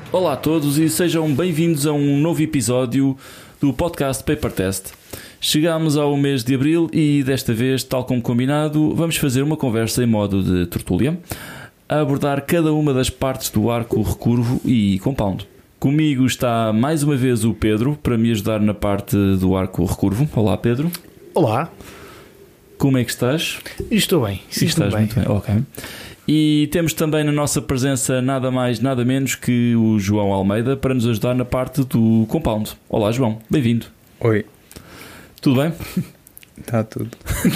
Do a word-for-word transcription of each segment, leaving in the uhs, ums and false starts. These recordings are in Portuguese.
Olá a todos e sejam bem-vindos a um novo episódio do podcast Paper Test. Chegámos ao mês de Abril e desta vez, tal como combinado, vamos fazer uma conversa em modo de tertúlia, a abordar cada uma das partes do arco recurvo e compound. Comigo está mais uma vez o Pedro para me ajudar na parte do arco recurvo. Olá, Pedro. Olá. Como é que estás? Estou bem, sim, estás bem. muito bem. Ok. E temos também na nossa presença nada mais, nada menos que o João Almeida para nos ajudar na parte do compound. Olá, João, bem-vindo. Oi. Tudo bem? Está tudo.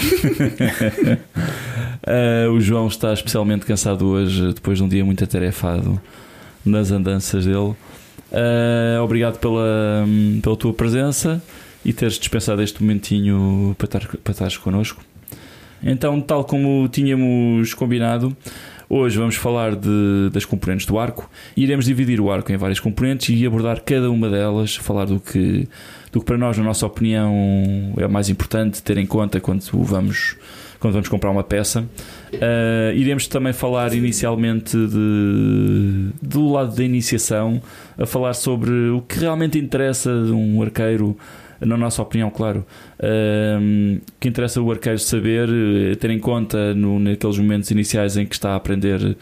uh, o João está especialmente cansado hoje, depois de um dia muito atarefado nas andanças dele. Uh, obrigado pela, pela tua presença e teres dispensado este momentinho para estar, para estares connosco. Então, tal como tínhamos combinado, hoje vamos falar de, das componentes do arco. Iremos dividir o arco em várias componentes e abordar cada uma delas, falar do que, do que para nós, na nossa opinião, é mais importante ter em conta quando vamos, quando vamos comprar uma peça. Uh, iremos também falar inicialmente de, do lado da iniciação, a falar sobre o que realmente interessa de um arqueiro. Na nossa opinião, claro, um, que interessa o arqueiro saber, ter em conta no, naqueles momentos iniciais em que está a aprender uh,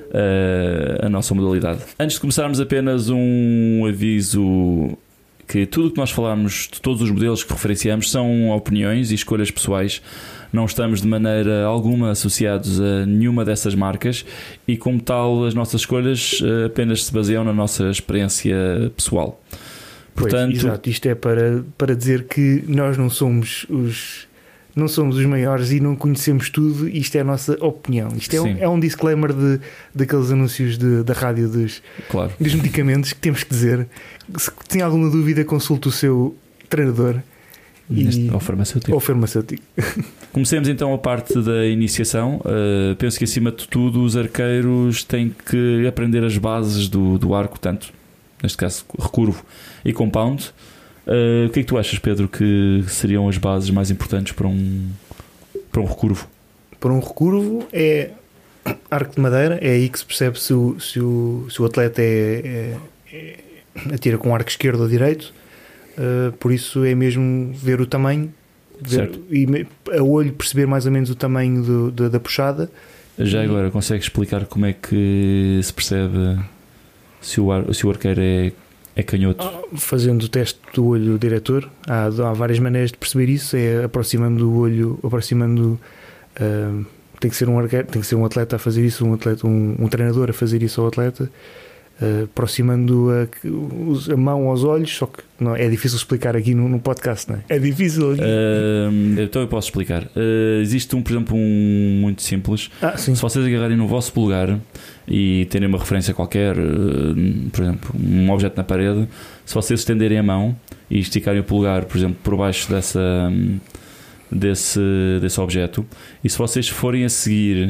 a nossa modalidade. Antes de começarmos, apenas um aviso que tudo o que nós falamos, de todos os modelos que referenciamos, são opiniões e escolhas pessoais. Não estamos de maneira alguma associados a nenhuma dessas marcas e, como tal, as nossas escolhas apenas se baseiam na nossa experiência pessoal. Portanto, pois, exato, isto é para, para dizer que nós não somos os não somos os maiores e não conhecemos tudo. Isto é a nossa opinião. Isto é, um, é um disclaimer de, daqueles anúncios de, da rádio dos, claro. dos medicamentos que temos que dizer. Se tem alguma dúvida, consulte o seu treinador Neste, e, ou farmacêutico. Ou farmacêutico. Comecemos então a parte da iniciação. Uh, penso que acima de tudo os arqueiros têm que aprender as bases do, do arco, tanto neste caso recurvo e compound. Uh, o que é que tu achas, Pedro, que seriam as bases mais importantes para um, para um recurvo? Para um recurvo é arco de madeira. É aí que se percebe se o, se o, se o atleta é, é, é, atira com arco esquerdo ou direito. Uh, por isso é mesmo ver o tamanho, ver, e a olho perceber mais ou menos o tamanho do, da, da puxada. Já e... agora, consegues explicar como é que se percebe se o, ar, se o arqueiro é, é canhoto? Fazendo o teste do olho do diretor. Há, há várias maneiras de perceber isso. É aproximando o olho, aproximando. Uh, tem que ser um arqueiro, tem que ser um atleta a fazer isso, um atleta, um, um treinador a fazer isso ao atleta. Uh, aproximando a, a mão aos olhos, só que não, é difícil explicar aqui no, no podcast, não é? É difícil. Uh, então eu posso explicar. Uh, existe um, por exemplo, um muito simples. Ah, sim. Se vocês agarrarem no vosso polegar e terem uma referência qualquer, uh, por exemplo, um objeto na parede, se vocês estenderem a mão e esticarem o polegar, por exemplo, por baixo dessa, um, desse, desse objeto, e se vocês forem a seguir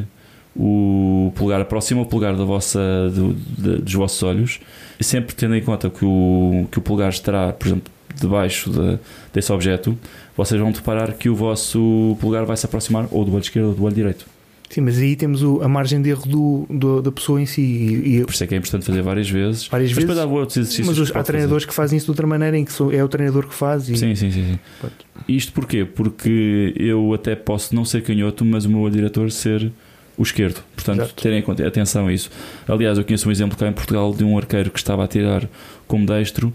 o polegar, aproxima o polegar da vossa, do, de, dos vossos olhos, sempre tendo em conta que o, que o polegar estará, por exemplo, debaixo de, desse objeto, vocês vão deparar que o vosso polegar vai se aproximar ou do olho esquerdo ou do olho direito. Sim, mas aí temos o, a margem de erro do, do, da pessoa em si. E, e por isso é que é importante fazer várias vezes. Várias mas vezes. Há outros exercícios. Mas os, há treinadores fazer. que fazem isso de outra maneira, em que sou, é o treinador que faz. E... Sim, sim, sim. sim. Isto porquê? Porque eu até posso não ser canhoto, mas o meu olho diretor ser o esquerdo, portanto, Exato. terem atenção a isso. Aliás, eu conheço um exemplo cá em Portugal de um arqueiro que estava a tirar como destro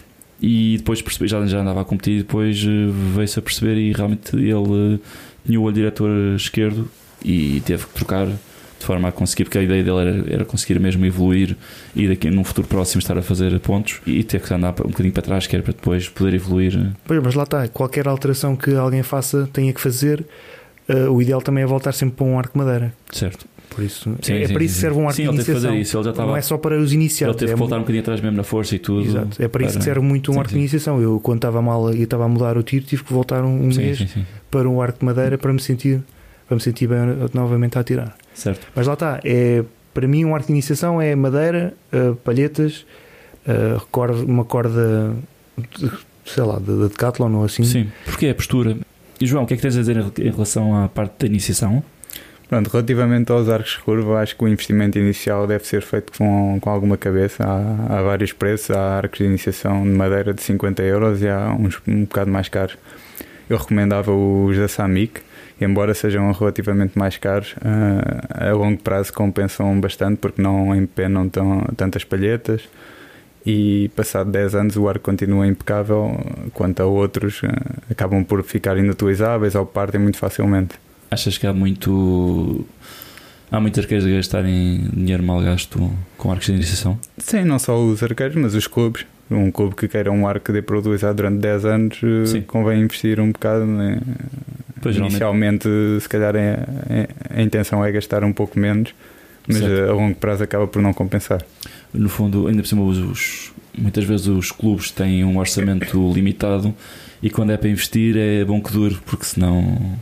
e depois percebi, já, já andava a competir e depois veio-se a perceber e realmente ele tinha o olho diretor esquerdo e teve que trocar de forma a conseguir, porque a ideia dele era, era conseguir mesmo evoluir e daqui num futuro próximo estar a fazer pontos e ter que andar um bocadinho para trás, que era para depois poder evoluir. Pois, mas lá está, qualquer alteração que alguém faça tenha que fazer. Uh, o ideal também é voltar sempre para um arco de madeira. Certo. Por isso, sim, é sim, para isso que serve um arco sim, de iniciação. Ele teve que fazer isso. Ele já estava... Não é só para os iniciados. Ele teve é que voltar muito... um bocadinho atrás mesmo na força e tudo. Exato. É para, para... isso que serve muito um sim, arco sim. de iniciação. Eu, quando estava mal e estava a mudar o tiro, tive que voltar um, um sim, mês sim, sim. para um arco de madeira para me sentir, para me sentir bem novamente a atirar. Certo. Mas lá está. É, para mim, um arco de iniciação é madeira, uh, palhetas, uh, corda, uma corda, de, sei lá, de, de Decathlon ou assim. Sim, porque é a postura. E João, o que é que tens a dizer em relação à parte da iniciação? Pronto, relativamente aos arcos de recurvo, acho que o investimento inicial deve ser feito com, com alguma cabeça. Há, há vários preços, há arcos de iniciação de madeira de cinquenta euros e há uns um bocado mais caros. Eu recomendava os da Samick, embora sejam relativamente mais caros, uh, a longo prazo compensam bastante porque não empenam tão, tantas palhetas e passado dez anos o arco continua impecável, quanto a outros uh, acabam por ficar inutilizáveis ou partem muito facilmente. Achas que há muito há muitos arqueiros a gastarem dinheiro mal gasto com arcos de iniciação? Sim, não só os arqueiros, mas os clubes. Um clube que queira um arco que dê para utilizar durante dez anos, Sim. convém investir um bocado, né? Pois, inicialmente se calhar é, é, a intenção é gastar um pouco menos, mas certo. A longo prazo acaba por não compensar. No fundo, ainda por cima os, os, muitas vezes os clubes têm um orçamento limitado e quando é para investir é bom que dure, porque senão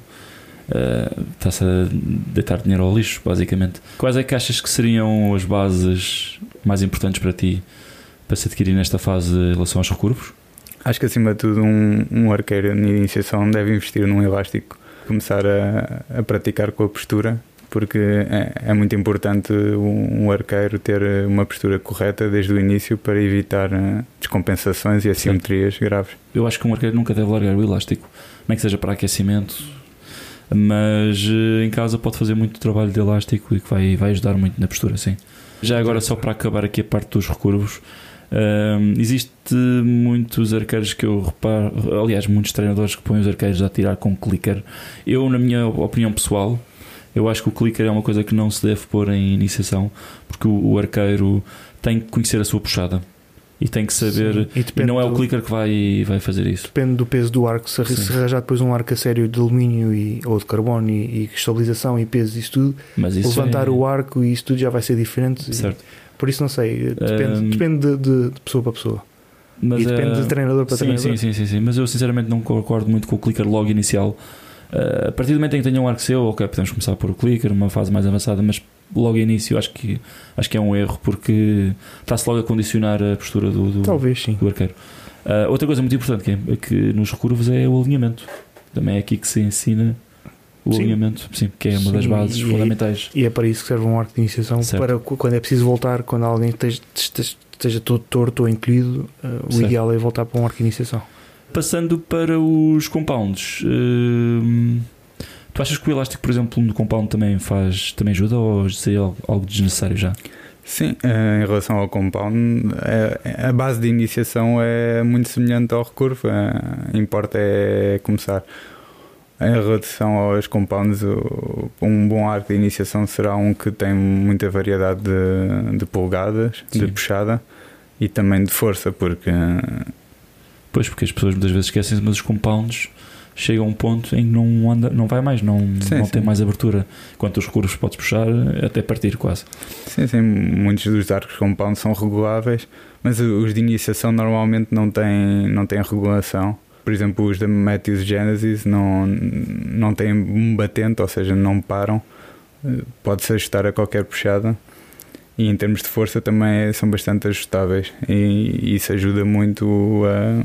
uh, está-se a deitar dinheiro ao lixo, basicamente. Quais é que achas que seriam as bases mais importantes para ti para se adquirir nesta fase em relação aos recurvos? Acho que acima de tudo um, um arqueiro de iniciação deve investir num elástico, começar a, a praticar com a postura, porque é, é muito importante um, um arqueiro ter uma postura correta desde o início para evitar descompensações e assimetrias Sim. graves. Eu acho que um arqueiro nunca deve largar o elástico, nem que seja para aquecimento, mas em casa pode fazer muito trabalho de elástico e que vai, vai ajudar muito na postura, sim. Já agora, só para acabar aqui a parte dos recurvos, Um, existe muitos arqueiros que eu reparo, aliás muitos treinadores que põem os arqueiros a tirar com clicker. Eu, na minha opinião pessoal, eu acho que o clicker é uma coisa que não se deve pôr em iniciação, porque o, o arqueiro tem que conhecer a sua puxada e tem que saber, e, e não é o clicker que vai, vai fazer isso. Depende do peso do arco. Se, se arranjar depois um arco a sério de alumínio e, ou de carbono e, e estabilização e peso e isso tudo, Mas isso levantar é... o arco e isso tudo já vai ser diferente. Certo. Por isso não sei, depende, um, depende de, de, de pessoa para pessoa. Mas, e depende uh, de treinador para sim, treinador. Sim, sim, sim, sim. Mas eu sinceramente não concordo muito com o clicker logo inicial. Uh, a partir do momento em que tenha um arco seu, ok, podemos começar por o clicker, uma fase mais avançada, mas logo início acho que, acho que é um erro, porque está-se logo a condicionar a postura do, do, Talvez, sim. do arqueiro. Uh, outra coisa muito importante que, é, é que nos recurvos é o alinhamento. Também é aqui que se ensina o sim. alinhamento, sim, que é uma sim, das bases e fundamentais. É, e é para isso que serve um arco de iniciação, certo. Para quando é preciso voltar, quando alguém esteja, esteja todo torto ou encolhido, uh, o certo. Ideal é voltar para um arco de iniciação. Passando para os compounds, uh, tu achas que o elástico, por exemplo, no compound também faz, também ajuda, ou seria algo, algo desnecessário já? Sim, em relação ao compound, a base de iniciação é muito semelhante ao recurvo, importa é começar. Em relação aos compounds, um bom arco de iniciação será um que tem muita variedade de, de polegadas, Sim. de puxada e também de força, porque... Pois, porque as pessoas muitas vezes esquecem-se, mas os compounds chegam a um ponto em que não, anda, não vai mais, não, sim, não sim. tem mais abertura. Enquanto os recurvos podes puxar até partir quase. Sim, sim, muitos dos arcos compound são reguláveis, mas os de iniciação normalmente não têm, não têm regulação. Por exemplo, os da Matthews Genesis não, não têm um batente, ou seja, não param, pode-se ajustar a qualquer puxada. E em termos de força também são bastante ajustáveis, e isso ajuda muito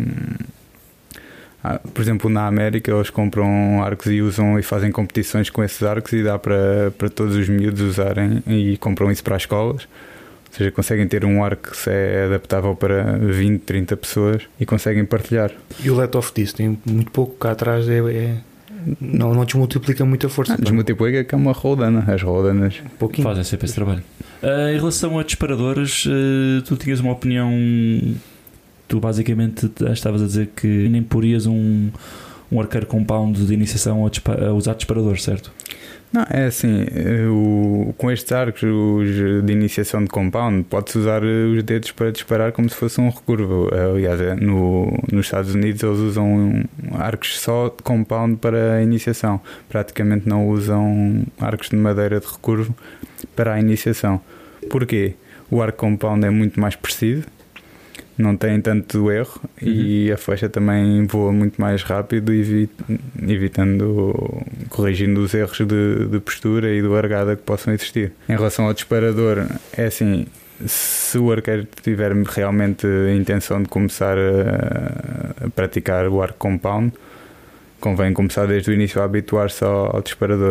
a, a, por exemplo, na América eles compram arcos e usam e fazem competições com esses arcos, e dá para, para todos os miúdos usarem, e compram isso para as escolas, ou seja, conseguem ter um arco que é adaptável para vinte, trinta pessoas e conseguem partilhar. E o let-off disso tem muito pouco cá atrás, é, é... Não, não desmultiplica muita força. Ah, desmultiplica que é uma rodana. As rodanas um fazem sempre esse trabalho. Uh, em relação a disparadores, uh, tu tinhas uma opinião. Tu basicamente estavas a dizer que nem porias um, um arqueiro compound de iniciação a, dispa- a usar disparadores, certo? Não, é assim, o, com estes arcos os de iniciação de compound, pode-se usar os dedos para disparar como se fosse um recurvo. Aliás, no, nos Estados Unidos eles usam arcos só de compound para a iniciação, praticamente não usam arcos de madeira de recurvo para a iniciação. Porquê? O arco compound é muito mais preciso, não tem tanto erro, uhum. e a flecha também voa muito mais rápido, evit- evitando, corrigindo os erros de, de postura e de largada que possam existir. Em relação ao disparador, é assim, se o arqueiro tiver realmente a intenção de começar a, a praticar o arco compound, convém começar desde o início a habituar-se ao, ao disparador.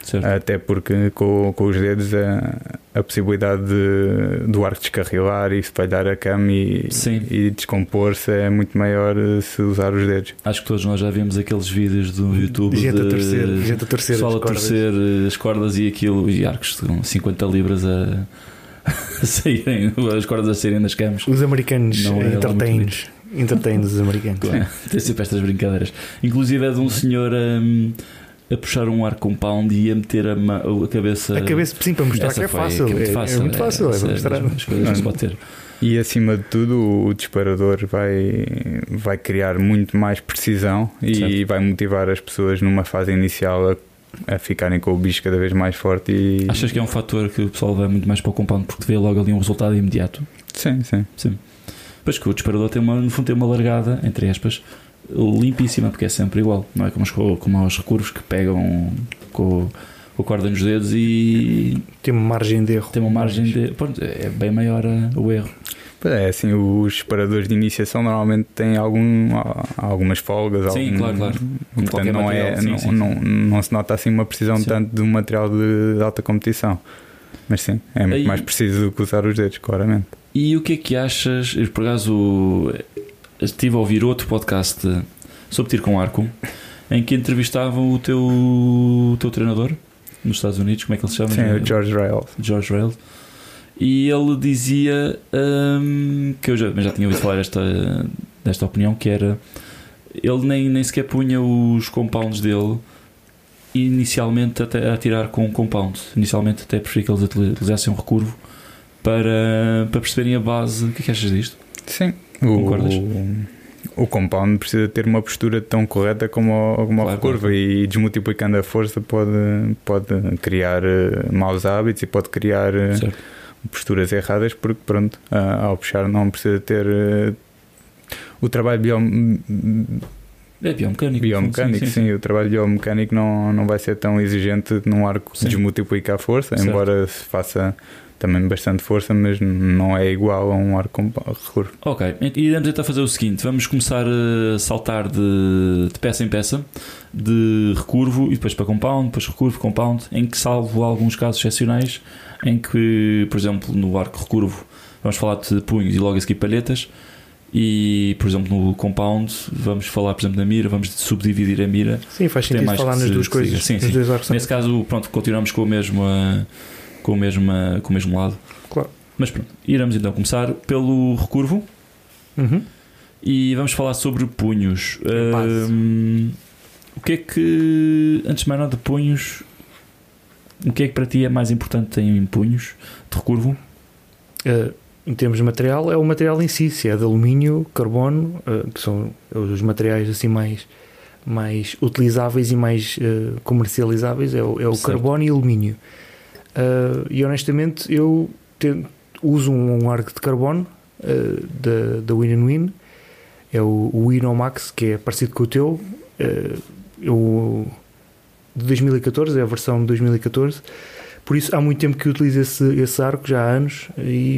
Certo. Até porque com, com os dedos a, a possibilidade de, do arco descarrilar e espalhar a cama e, e descompor-se é muito maior se usar os dedos. Acho que todos nós já vimos aqueles vídeos do YouTube gente de a torcer, gente a torcer, pessoal as, a torcer cordas. as cordas e aquilo, e arcos com cinquenta libras a, a saírem, as cordas a saírem das camas. Os americanos entretêm-nos. Entretêm-nos os americanos. Claro, tem sempre estas brincadeiras. Inclusive é de um senhor um, a puxar um arco compound e a meter a, ma- a cabeça. A cabeça, sim, para mostrar que é fácil. Que é muito É, fácil. é muito fácil, é, é, para mostrar. As coisas que se pode ter. E acima de tudo, o disparador vai, vai criar muito mais precisão e certo. vai motivar as pessoas numa fase inicial a, a ficarem com o bicho cada vez mais forte. E... Achas que é um fator que o pessoal vai muito mais para o compound porque vê logo ali um resultado imediato? Sim, sim. Sim. Pois que o disparador tem uma, no fundo tem uma largada, entre aspas, limpíssima, porque é sempre igual, não é como os, como os recurvos que pegam com, com a corda nos dedos e tem uma margem de erro. Tem uma margem de pronto, é bem maior a, o erro. É assim, os disparadores de iniciação normalmente têm algum, algumas folgas. Sim, algum, claro, claro. Como portanto, não, material, é, sim, não, sim, não, sim. não se nota assim uma precisão Sim. tanto de um material de, de alta competição. Mas sim, é muito Aí- mais preciso do que usar os dedos, claramente. E o que é que achas? Eu, por acaso, estive a ouvir outro podcast sobre tiro com arco em que entrevistavam o teu, o teu treinador nos Estados Unidos, como é que ele se chama? Sim, o George Rails. George Rails. E ele dizia hum, que eu já, já tinha ouvido falar desta, desta opinião, que era ele nem, nem sequer punha os compounds dele inicialmente até a tirar com um compound. Inicialmente até preferia que eles utilizassem um recurvo para, para perceberem a base. O que é que achas disto? Sim. Concordas? O, o compound precisa ter uma postura tão correta como o, como Claro, o recurvo, claro. e desmultiplicando a força pode, pode criar uh, maus hábitos e pode criar uh, Certo. posturas erradas, porque pronto, uh, ao puxar não precisa ter uh, o trabalho biom, É biomecânico. biomecânico, sim, sim, sim. O trabalho biomecânico não, não vai ser tão exigente num arco Sim. desmultiplicar a força, Certo. embora se faça também bastante força, mas não é igual a um arco com recurvo. Ok, e vamos então fazer o seguinte: vamos começar a saltar de, de peça em peça, de recurvo e depois para compound, depois recurvo, compound, em que, salvo alguns casos excepcionais, em que, por exemplo, no arco recurvo vamos falar de punhos e logo a seguir palhetas, e, por exemplo, no compound vamos falar, por exemplo, da mira, vamos subdividir a mira. Sim, faz Tem sentido mais falar que nas se- duas que coisas. siga. Sim, nos sim. dois arcos. Nesse caso, pronto, continuamos com o mesmo, uh, com o mesmo, uh, com o mesmo lado. Claro. Mas pronto, iremos então começar pelo recurvo. Uhum. E vamos falar sobre punhos. É base. Hum, o que é que, antes de mais nada, punhos, o que é que para ti é mais importante em punhos de recurvo? Uh, em termos de material, é o material em si, se é de alumínio, carbono, uh, que são os materiais assim mais, mais utilizáveis e mais uh, comercializáveis, é o, é o Certo. carbono e alumínio. Uh, e honestamente, eu tento, uso um arco de carbono uh, da, da Win and Win, é o, o Winomax, que é parecido com o teu. Uh, eu, de dois mil e catorze, é a versão de dois mil e catorze. Por isso há muito tempo que eu utilizo esse, esse arco, já há anos, e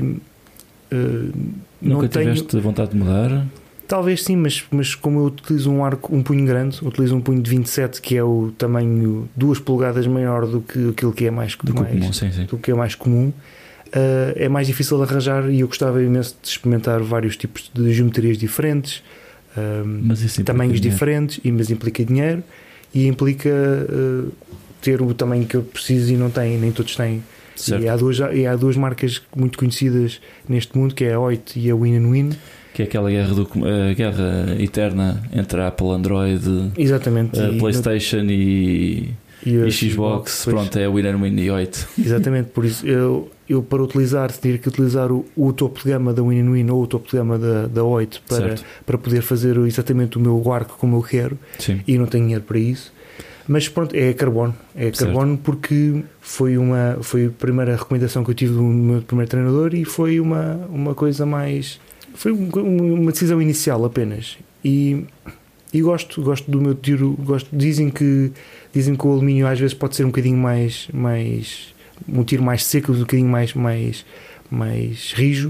uh, Nunca não tenho, tiveste vontade de mudar? talvez sim, mas, mas como eu utilizo um arco, um punho grande, utilizo um punho de vinte e sete, que é o tamanho duas polegadas maior do que aquilo que é mais, Do que o mais, comum, sim, sim. do que é mais comum, uh, é mais difícil de arranjar, e eu gostava imenso de experimentar vários tipos de geometrias diferentes, uh, Mas isso implica tamanhos dinheiro. diferentes, e, mas implica dinheiro e implica uh, ter o tamanho que eu preciso e não tem, nem todos têm. Certo. E há, duas, e há duas marcas muito conhecidas neste mundo, que é a Oit e a Win and Win. Que é aquela guerra, do, a guerra eterna entre a Apple, Android, Exatamente. a E- PlayStation e, e, a e Xbox. pois. Pronto, é a Win and Win e oito. Exatamente, por isso eu, eu para utilizar teria que utilizar o, o topo de gama da Win and Win ou o topo de gama da, da Oit para, Certo. para poder fazer exatamente o meu arco como eu quero, Sim. e não tenho dinheiro para isso. Mas pronto, é carbono, é Certo. carbono porque foi, uma, foi a primeira recomendação que eu tive do meu primeiro treinador, e foi uma, uma coisa mais, foi um- uma decisão inicial apenas, e, e gosto, gosto do meu tiro, gosto, dizem que, dizem que o alumínio às vezes pode ser um bocadinho mais, mais um tiro mais seco, um bocadinho mais, mais, mais rijo,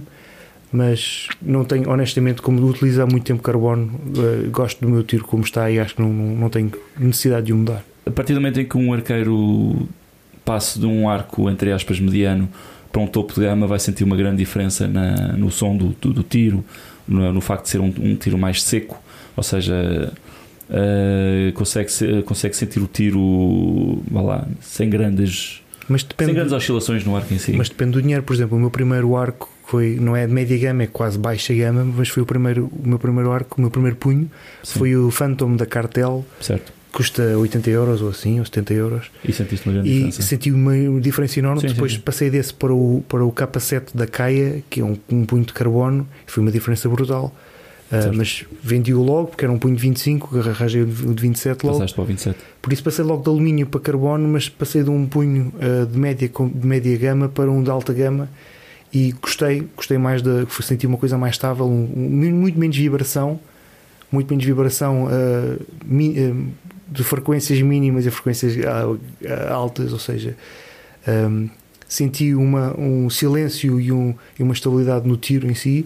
mas não tenho, honestamente, como utilizo há muito tempo carbono, eh, gosto do meu tiro como está, e acho que não, não, não tenho necessidade de o mudar. A partir do momento em que um arqueiro passe de um arco, entre aspas, mediano para um topo de gama, vai sentir uma grande diferença na, no som do, do, do tiro, no, no facto de ser um, um tiro mais seco, ou seja, uh, consegue, ser, consegue sentir o tiro, vá lá, sem grandes, mas depende, sem grandes oscilações no arco em si. Mas depende do dinheiro. Por exemplo, o meu primeiro arco foi, não é de média gama, é quase baixa gama, mas foi o, primeiro, o meu primeiro arco, o meu primeiro punho. Sim. Foi o Phantom da Cartel, certo. Custa oitenta euros ou assim, ou setenta euros. E sentiste uma grande e diferença? E senti uma diferença enorme. Sim, depois sim, sim. passei desse para o, para o K sete da Caia, que é um, um punho de carbono, foi uma diferença brutal. Uh, mas vendi-o logo porque era um punho de vinte e cinco, arranjei o de vinte e sete logo. Passaste para o vinte e sete. Por isso passei logo de alumínio para carbono, mas passei de um punho uh, de, média, de média gama para um de alta gama e gostei, gostei mais da. Senti uma coisa mais estável, um, um, muito menos vibração, muito menos vibração uh, mi, uh, de frequências mínimas e frequências uh, uh, altas, ou seja, um, senti uma, um silêncio e, um, e uma estabilidade no tiro em si.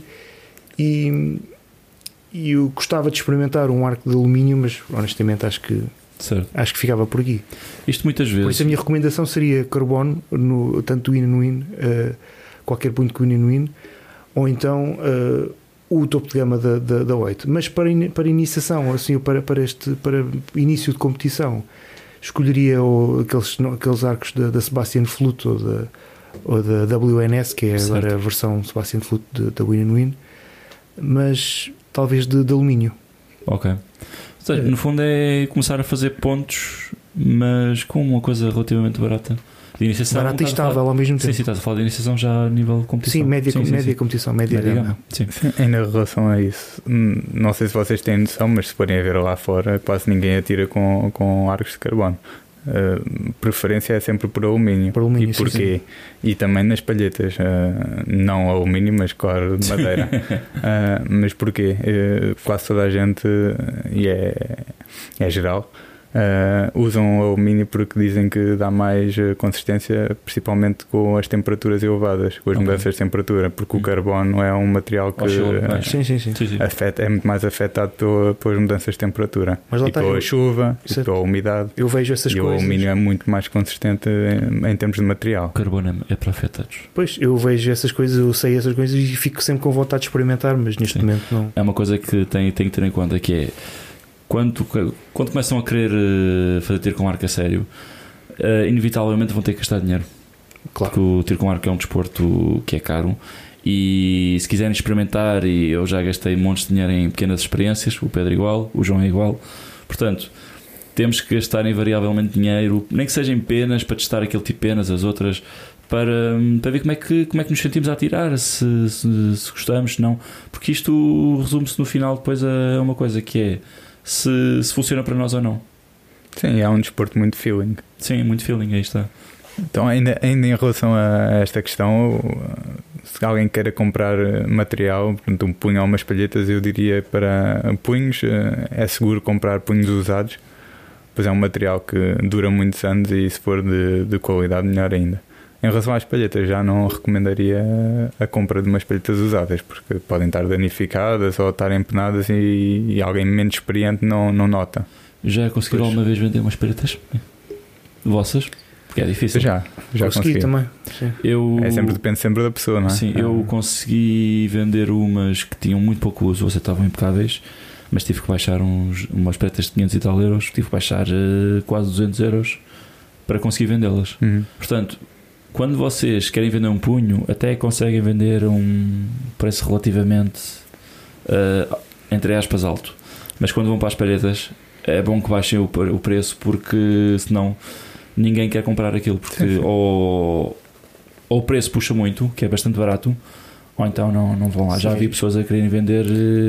E E eu gostava de experimentar um arco de alumínio, mas honestamente acho que, certo. acho que ficava por aqui. Isto muitas vezes. Por isso a minha recomendação seria carbono, no, tanto do in no in, uh, qualquer ponto que o in no in, ou então uh, o topo de gama da, da, da oito. Mas para, in, para iniciação, assim, para, para, este, para início de competição, escolheria o, aqueles, aqueles arcos da, da Sebastian Flute ou da, ou da W N S, que é certo. Agora a versão Sebastian Flute da Win and Win, mas talvez de, de alumínio. Ok. Ou seja, no fundo é começar a fazer pontos, mas com uma coisa relativamente barata. De iniciação. Barata e estável ao mesmo tempo. Sim, sim, estás a falar de iniciação já a nível de competição. Sim, média, sim, sim, média sim. competição, média, média gama. gama. Sim. Sim, ainda em relação a isso, não sei se vocês têm noção, mas se forem a ver lá fora, quase ninguém atira com, com arcos de carbono. Uh, preferência é sempre por alumínio. Por alumínio, e porquê? sim, sim. E também nas palhetas, uh, não alumínio, mas claro, de madeira. uh, mas porquê? Uh, quase toda a gente, e é, é geral, uh, usam alumínio porque dizem que dá mais consistência, principalmente com as temperaturas elevadas, com as okay. mudanças de temperatura, porque hum. o carbono é um material que uh, sim, sim, sim. Afeta, é muito mais afetado pela, pelas mudanças de temperatura. Mas lá e tá, pela eu, chuva, e pela umidade. Eu vejo essas e coisas. E o alumínio é muito mais consistente em, em termos de material. O carbono é para afetados. Pois, eu vejo essas coisas, eu sei essas coisas e fico sempre com vontade de experimentar, mas neste sim. momento não. É uma coisa que tem, tem que ter em conta, que é quando, quando começam a querer fazer tiro com arco a sério, uh, inevitavelmente vão ter que gastar dinheiro. Claro. Porque o tiro com arco é um desporto que é caro. E se quiserem experimentar, e eu já gastei montes de dinheiro em pequenas experiências, o Pedro igual, o João é igual, portanto temos que gastar invariavelmente dinheiro, nem que seja em penas, para testar aquele tipo de penas, as outras, para, para ver como é, que, como é que nos sentimos a atirar, se, se, se gostamos, se não, porque isto resume-se no final depois a uma coisa que é se, se funciona para nós ou não. Sim, é um desporto muito feeling. Sim, muito feeling, aí está. Então, ainda, ainda em relação a esta questão, se alguém queira comprar material, portanto, um punho ou umas palhetas, eu diria para punhos, é seguro comprar punhos usados, pois é um material que dura muitos anos e se for de, de qualidade, melhor ainda. Em relação às palhetas, já não recomendaria a compra de umas palhetas usadas, porque podem estar danificadas ou estar empenadas e, e alguém menos experiente não, não nota. Já conseguiram alguma vez vender umas palhetas vossas? Porque é difícil. Já, já consegui. consegui também. Sim. Eu, é sempre, depende sempre da pessoa, não é? Sim, eu consegui vender umas que tinham muito pouco uso, ou seja, estavam impecáveis, mas tive que baixar uns, umas pretas de quinhentos e tal euros, tive que baixar uh, quase duzentos euros para conseguir vendê-las. Uhum. Portanto, quando vocês querem vender um punho, até conseguem vender um preço relativamente, uh, entre aspas, alto. Mas quando vão para as palhetas, é bom que baixem o, o preço, porque senão ninguém quer comprar aquilo, porque sim, sim. Ou, ou o preço puxa muito, que é bastante barato, ou então não, não vão lá. Sim. Já vi pessoas a quererem vender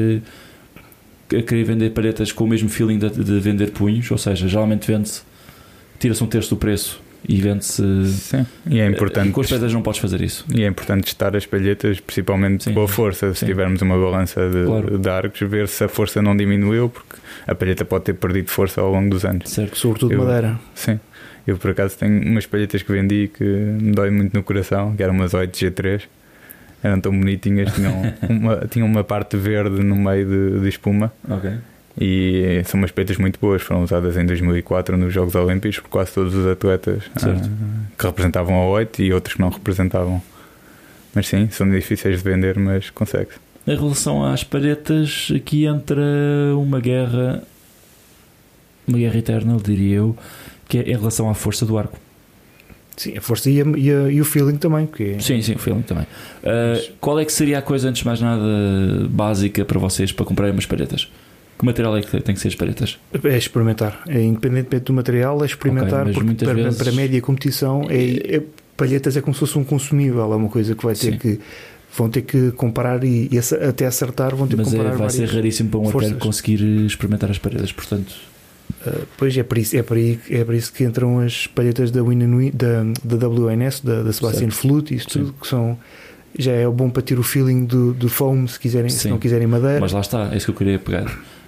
a querer vender palhetas com o mesmo feeling de, de vender punhos, ou seja, geralmente vende-se, tira-se um terço do preço e vende-se. Sim. E é importante. E com as palhetas não podes fazer isso. E é importante testar as palhetas, principalmente sim, com a força. Se sim. tivermos uma balança de, claro. de arcos, ver se a força não diminuiu, porque a palheta pode ter perdido força ao longo dos anos. Certo, sobretudo eu, madeira. Sim. Eu por acaso tenho umas palhetas que vendi que me dói muito no coração, que eram umas oito G três, eram tão bonitinhas, tinham uma, tinham uma parte verde no meio de, de espuma, okay. E são umas palhetas muito boas, foram usadas em dois mil e quatro nos Jogos Olímpicos por quase todos os atletas uh, que representavam a oito e outros que não representavam. Mas sim, são difíceis de vender, mas consegue-se. Em relação às palhetas, aqui entra uma guerra, uma guerra eterna, diria eu, que é em relação à força do arco. Sim, a força e, a, e, a, e o feeling também. Porque... Sim, sim, o feeling também. Uh, qual é que seria a coisa, antes de mais nada, básica para vocês para comprarem umas palhetas? Que material é que tem que ser as palhetas? É experimentar. É, independentemente do material, é experimentar, okay, porque para, vezes... para a média competição, é, é, palhetas é como se fosse um consumível, é uma coisa que vai ter sim. que... Vão ter que comparar e, e até acertar vão ter mas que comparar. Mas é, vai ser raríssimo para um atleta conseguir experimentar as palhetas, portanto... Uh, pois é, por isso, é, por aí, é por isso que entram as palhetas da, Win da, da W N S, da, da Sebastian Flute, isso tudo, que são, já é bom para ter o feeling do, do foam, se, quiserem, se não quiserem madeira. Mas lá está, é isso que eu queria pegar.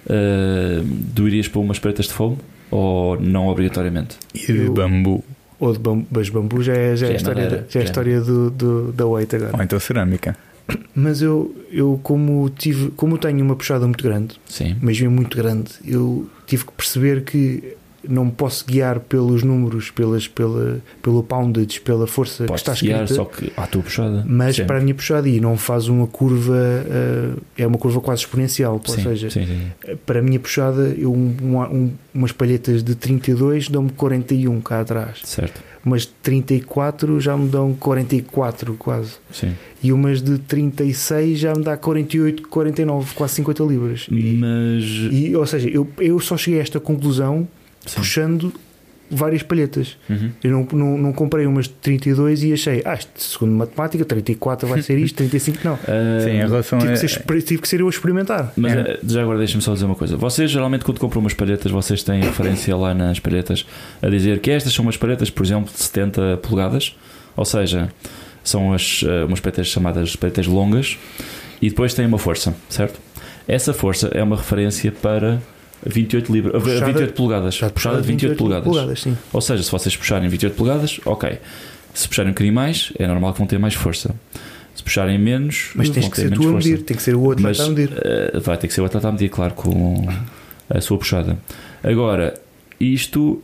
Uh, tu irias para umas palhetas de foam ou não obrigatoriamente? E de bambu. Ou de bambu, mas bambu já é, já já é a história, madeira, da, já é a história do, do, da weight agora. Ou então cerâmica. Mas eu, eu como, tive, como tenho uma puxada muito grande, sim. mas mesmo muito grande, eu tive que perceber que não me posso guiar pelos números, pelas, pela, pelo poundage, pela força Podes que está escrita. Guiar, só que à tua puxada. Mas sempre. Para a minha puxada, e não faz uma curva, uh, é uma curva quase exponencial. Sim, ou seja, sim, sim. para a minha puxada, eu, um, um, umas palhetas de trinta e dois dão-me quarenta e um cá atrás. Certo. Umas de trinta e quatro já me dão quarenta e quatro quase. Sim. E umas de trinta e seis já me dá quarenta e oito, quarenta e nove, quase cinquenta libras. Mas... E, ou seja, eu, eu só cheguei a esta conclusão sim. puxando várias palhetas. Uhum. Eu não, não, não comprei umas de trinta e dois e achei, ah, segundo matemática, trinta e quatro vai ser isto, trinta e cinco não. Uh, Sim, em relação tive, a... que ser, tive que ser eu a experimentar. Mas é. já agora deixa-me só dizer uma coisa. Vocês geralmente quando compram umas palhetas, vocês têm referência lá nas palhetas a dizer que estas são umas palhetas, por exemplo, de setenta polegadas, ou seja, são as, umas palhetas chamadas palhetas longas e depois tem uma força, certo? Essa força é uma referência para vinte e oito libras, puxada, vinte e oito polegadas, puxada de vinte e oito polegadas. polegadas sim. Ou seja, se vocês puxarem vinte e oito polegadas, ok. Se puxarem um bocadinho mais, é normal que vão ter mais força. Se puxarem menos, mas tens vão que ter ser menos tu a força. medir, tem que ser o outro mas, a medir. Uh, vai ter que ser o atleta a medir, claro, com a sua puxada. Agora, isto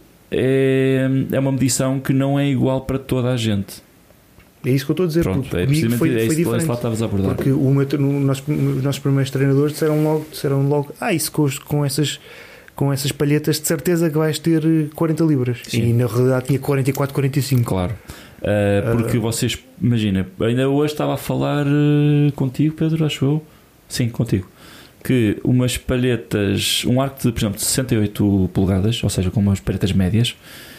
é, é uma medição que não é igual para toda a gente. É isso que eu estou a dizer. Pronto, porque é comigo foi, é foi isso, diferente. lá estavas a abordar. Porque o meu, no, nós, os nossos primeiros treinadores disseram logo, disseram logo ah, isso com, com essas com essas palhetas de certeza que vais ter quarenta libras. Sim. E na realidade tinha quarenta e quatro, quarenta e cinco. Claro. Uh, porque uh, vocês, imagina, ainda hoje estava a falar uh, contigo, Pedro, acho eu. Sim, contigo. Que umas palhetas, um arco de, por exemplo, de sessenta e oito polegadas, ou seja, com umas palhetas médias,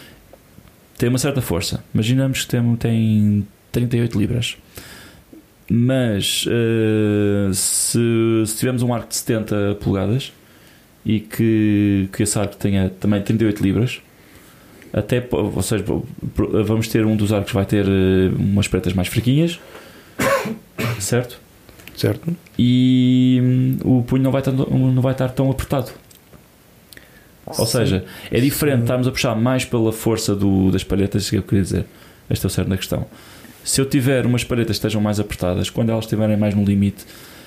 tem uma certa força. Imaginamos que tem, tem trinta e oito libras. Mas uh, se, se tivermos um arco de setenta polegadas e que, que esse arco tenha também trinta e oito libras, até, ou seja, vamos ter um dos arcos que vai ter umas palhetas mais fraquinhas, certo? Certo. E hum, o punho não vai, estar, não vai estar tão apertado. Ou Sim. seja, é diferente Sim. estarmos a puxar mais pela força do, das palhetas, que eu queria dizer. Este é o certo na questão. Se eu tiver umas palhetas que estejam mais apertadas, quando elas estiverem mais no limite,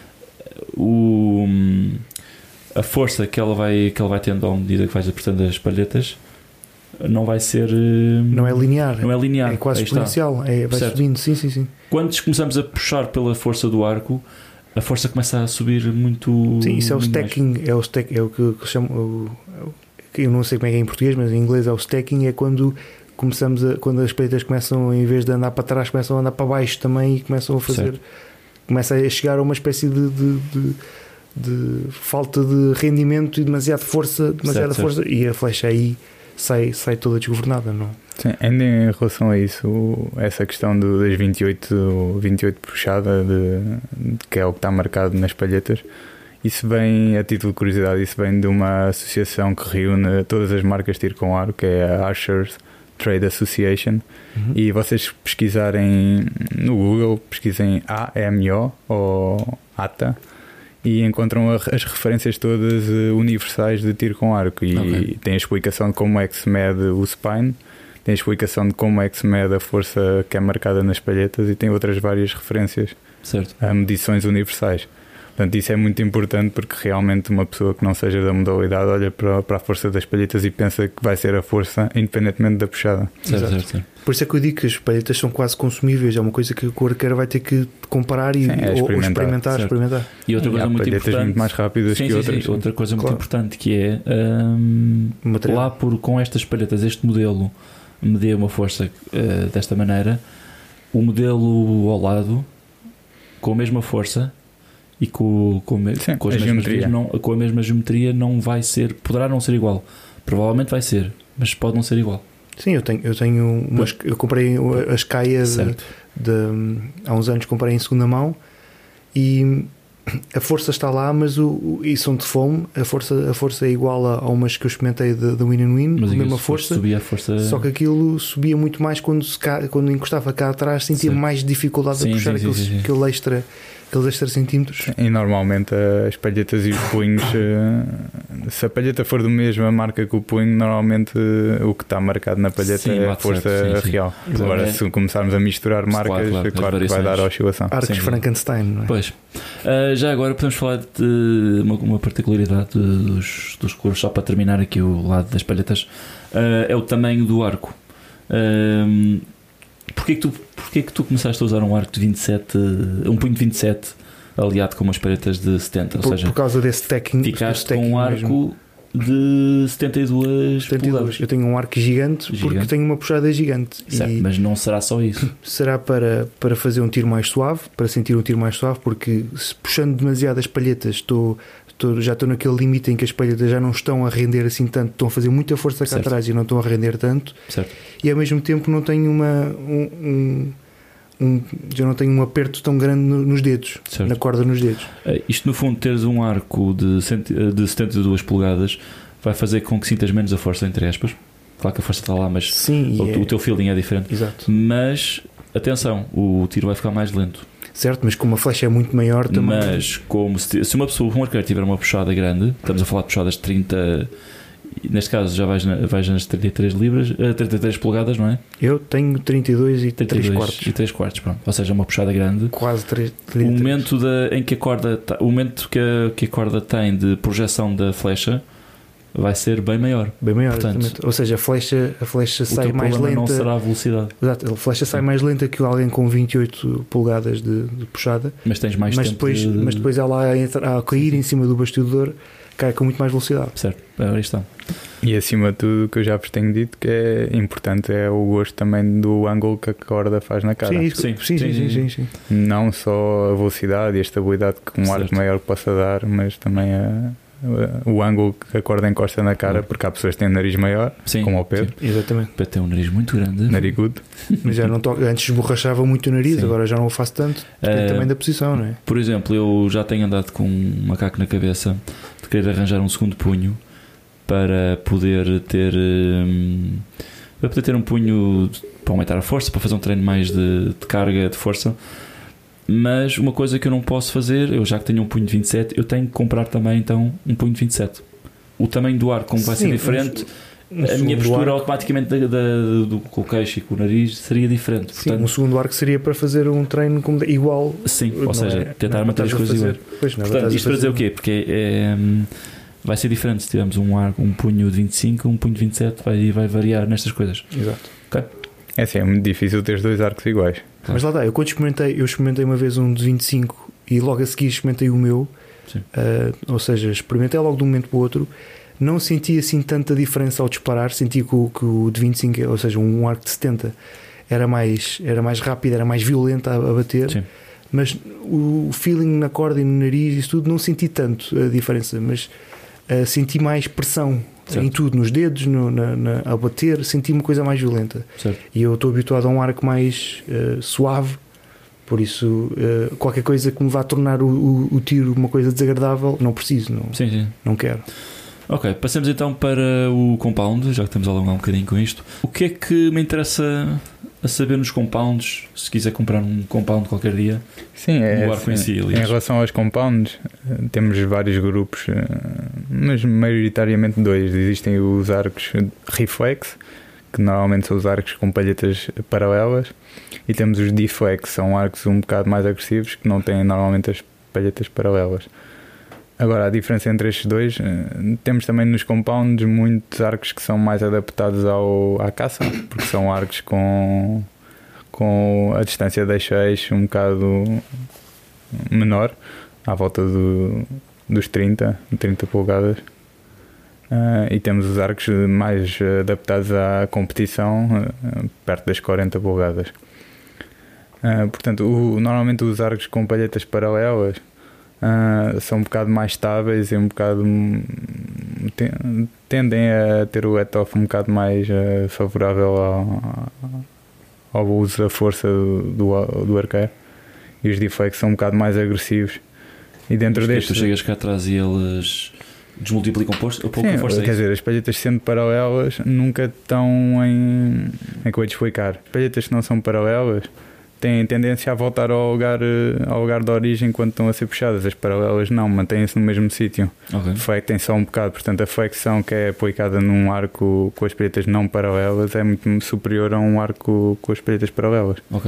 o, a força que ela, vai, que ela vai tendo à medida que vais apertando as palhetas não vai ser... Não é linear. Não é linear. É quase exponencial. É, vai certo. Subindo. Sim, sim, sim. Quando começamos a puxar pela força do arco, a força começa a subir muito... Sim, isso é o stacking. É o, stack, é o que, que chamo... O, eu não sei como é que é em português, mas em inglês é o stacking. É quando começamos a, quando as palhetas começam, em vez de andar para trás, começam a andar para baixo também e começam a fazer... Certo. Começa a chegar a uma espécie de... de, de de falta de rendimento e demasiada força, demasiada certo, força certo. E a flecha aí sai, sai toda desgovernada, não? Sim, ainda em relação a isso, essa questão do, das vinte e oito, vinte e oito puxada, de, que é o que está marcado nas palhetas, isso vem, a título de curiosidade, isso vem de uma associação que reúne todas as marcas de tiro com aro, que é a Archers Trade Association. Uhum. E vocês pesquisarem no Google, pesquisem A M O ou A T A e encontram as referências todas universais de tiro com arco e okay. tem a explicação de como é que se mede o spine, tem a explicação de como é que se mede a força que é marcada nas palhetas e tem outras várias referências certo. a medições universais. Portanto, isso é muito importante porque realmente uma pessoa que não seja da modalidade olha para, para a força das palhetas e pensa que vai ser a força independentemente da puxada. Certo, certo, certo. Por isso é que eu digo que as palhetas são quase consumíveis, é uma coisa que o arqueiro vai ter que comparar e Sim, é ou, ou experimentar, experimentar, experimentar. E outra E coisa há muito palhetas importante, muito mais rápidas sim, que sim, outras. sim. Outra coisa muito Claro. importante que é hum, Material. lá por, com estas palhetas, este modelo medir uma força uh, desta maneira, o modelo ao lado com a mesma força e com, com, me, Sim, com as a mesmas geometria. vias, não, com a mesma geometria não vai ser, poderá não ser igual, provavelmente vai ser, mas pode não ser igual. Sim, eu tenho, eu tenho umas, eu comprei as caias de, de, há uns anos comprei em segunda mão e a força está lá, mas o, o, e são de foam, a força, a força é igual a, a umas que eu experimentei da Win and Win, com a mesma força, subia a força, só que aquilo subia muito mais quando, se, quando encostava cá atrás, sentia certo. mais dificuldade Sim, a puxar sim, aquele, sim, sim. aquele extra, aqueles extra centímetros. E normalmente as palhetas e os punhos, eh, se a palheta for da mesma marca que o punho, normalmente eh, o que está marcado na palheta Sim, é a bate força certo, sim, sim. real. Exato. Agora, É. se começarmos a misturar marcas, Claro, claro, claro, as que vai dar variações. oscilação. Arcos Sim. Frankenstein, não é? Pois. Uh, já agora podemos falar de uma, uma particularidade dos, dos recursos, só para terminar aqui o lado das palhetas, uh, é o tamanho do arco. Uh, porquê, que tu, porquê que tu começaste a usar um arco de vinte e sete, um punho de vinte e sete aliado com umas palhetas de setenta? Ou Por, seja, por causa desse stacking, ficaste stacking com um arco mesmo. de setenta e duas setenta e dois. polegadas. Eu tenho um arco gigante, Gigante. porque tenho uma puxada gigante. Certo, E mas não será só isso. será para, para fazer um tiro mais suave, para sentir um tiro mais suave, porque se puxando demasiado as palhetas, estou, estou, já estou naquele limite em que as palhetas já não estão a render assim tanto, estão a fazer muita força cá Certo. atrás e não estão a render tanto, Certo. e ao mesmo tempo não tenho uma. Um, um, um, já não tenho um aperto tão grande no- nos dedos, Certo. na corda nos dedos. Uh, isto no fundo, teres um arco de, cento, de setenta e duas polegadas vai fazer com que sintas menos a força, entre aspas. Claro que a força está lá, mas Sim, o, e é- o teu feeling é diferente. exato. Mas atenção, o tiro vai ficar mais lento. Certo, mas como a flecha é muito maior também. Mas como se, se uma pessoa, um arqueiro tiver uma puxada grande, estamos a falar de puxadas de trinta, neste caso já vais, na, vais nas trinta e três libras, eh, trinta e três polegadas, não é? Eu tenho trinta e dois e trinta e três dois quartos. e três quartos, pronto. Ou seja, uma puxada grande. Quase três. O momento da, em que a corda, ta- o momento que a, que a corda tem de projeção da flecha vai ser bem maior. Bem maior, Portanto, exatamente. Ou seja, a flecha, a flecha O sai teu mais problema lenta. não será a velocidade, Exato, a flecha sai mais lenta que alguém com vinte e oito polegadas de, de puxada, mas tens mais mas tempo depois, de... mas depois ela a, entra- a cair em cima do bastidor cai com muito mais velocidade. Certo, aí está. E acima de tudo, o que eu já vos tenho dito que é importante é o gosto também do ângulo que a corda faz na cara. Sim, isso- Sim, sim, sim, sim, sim, sim. Não só a velocidade e a estabilidade que um Certo. arco maior possa dar, mas também a, o ângulo que a corda encosta na cara, Uhum. porque há pessoas que têm nariz maior, Sim, como ao Pedro, Exatamente. para ter um nariz muito grande. narigudo. Mas já não to... Antes esborrachava muito o nariz, Sim. agora já não o faço tanto. Depende Eh, também da posição, não é? Por exemplo, eu já tenho andado com um macaco na cabeça de querer arranjar um segundo punho para poder ter hum, para poder ter um punho para aumentar a força, para fazer um treino mais de, de carga, de força. Mas uma coisa que eu não posso fazer, eu já que tenho um punho de vinte e sete, eu tenho que comprar também então um punho de vinte e sete. O tamanho do arco, como vai ser Sim, diferente, um a minha segundo postura arco- automaticamente da, da- do, com o queixo e com o nariz seria diferente. Sim, Portanto, um segundo arco seria para fazer um treino como de- igual. sim, não ou seja, é- tentar não é manter para as estás a coisas fazer. iguais. Pois, não é Portanto, para isto para estás a dizer o quê? Porque é, hum, vai ser diferente se tivermos um, arco, um punho de vinte e cinco, um punho de vinte e sete, vai, vai variar nestas coisas. Exato. É assim, é muito difícil ter dois arcos iguais. Mas lá está, eu quando experimentei, eu experimentei uma vez um de vinte e cinco e logo a seguir experimentei o meu, Sim. ah, ou seja, experimentei logo de um momento para o outro, não senti assim tanta diferença ao disparar, senti que o, que o de vinte e cinco, ou seja, um arco de setenta, era mais, era mais rápido, era mais violento a, a bater, Sim. mas o feeling na corda e no nariz, isso tudo, não senti tanto a diferença, mas ah, senti mais pressão. Certo. Em tudo, nos dedos, no, na, na, a bater, senti uma coisa mais violenta. Certo. E eu estou habituado a um arco mais uh, suave, por isso uh, qualquer coisa que me vá tornar o, o, o tiro uma coisa desagradável, não preciso, não, Sim, sim. não quero. Ok, passemos então para o compound, já que estamos a alongar um bocadinho com isto. O que é que me interessa a saber nos compounds, se quiser comprar um compound qualquer dia? Sim, é O arco em assim, si, aliás. em relação aos compounds, eh, temos vários grupos, eh, mas maioritariamente dois. Existem os arcos reflex, que normalmente são os arcos com palhetas paralelas, e temos os deflex, são arcos um bocado mais agressivos, que não têm normalmente as palhetas paralelas. Agora, a diferença entre estes dois, temos também nos compounds muitos arcos que são mais adaptados ao, à caça, porque são arcos com, com a distância de eixo um bocado menor, à volta do, dos trinta, trinta polegadas. Uh, e temos os arcos mais adaptados à competição, uh, perto das quarenta polegadas. Uh, portanto, o, normalmente os arcos com palhetas paralelas Uh, são um bocado mais estáveis e um bocado ten, tendem a ter o let-off um bocado mais uh, favorável ao, ao uso da força do, do, do arqueiro, e os deflects são um bocado mais agressivos. E dentro deste tu chegas cá atrás e eles desmultiplicam pouco a força. Quer dizer, as palhetas sendo paralelas nunca estão em. É que eu vou te explicar. As palhetas que não são paralelas têm tendência a voltar ao lugar, ao lugar de origem quando estão a ser puxadas. As paralelas não, mantêm-se no mesmo sítio. Okay. Flexem só um bocado. Portanto, a flexão que é aplicada num arco com as palhetas não paralelas é muito superior a um arco com as palhetas paralelas. Ok.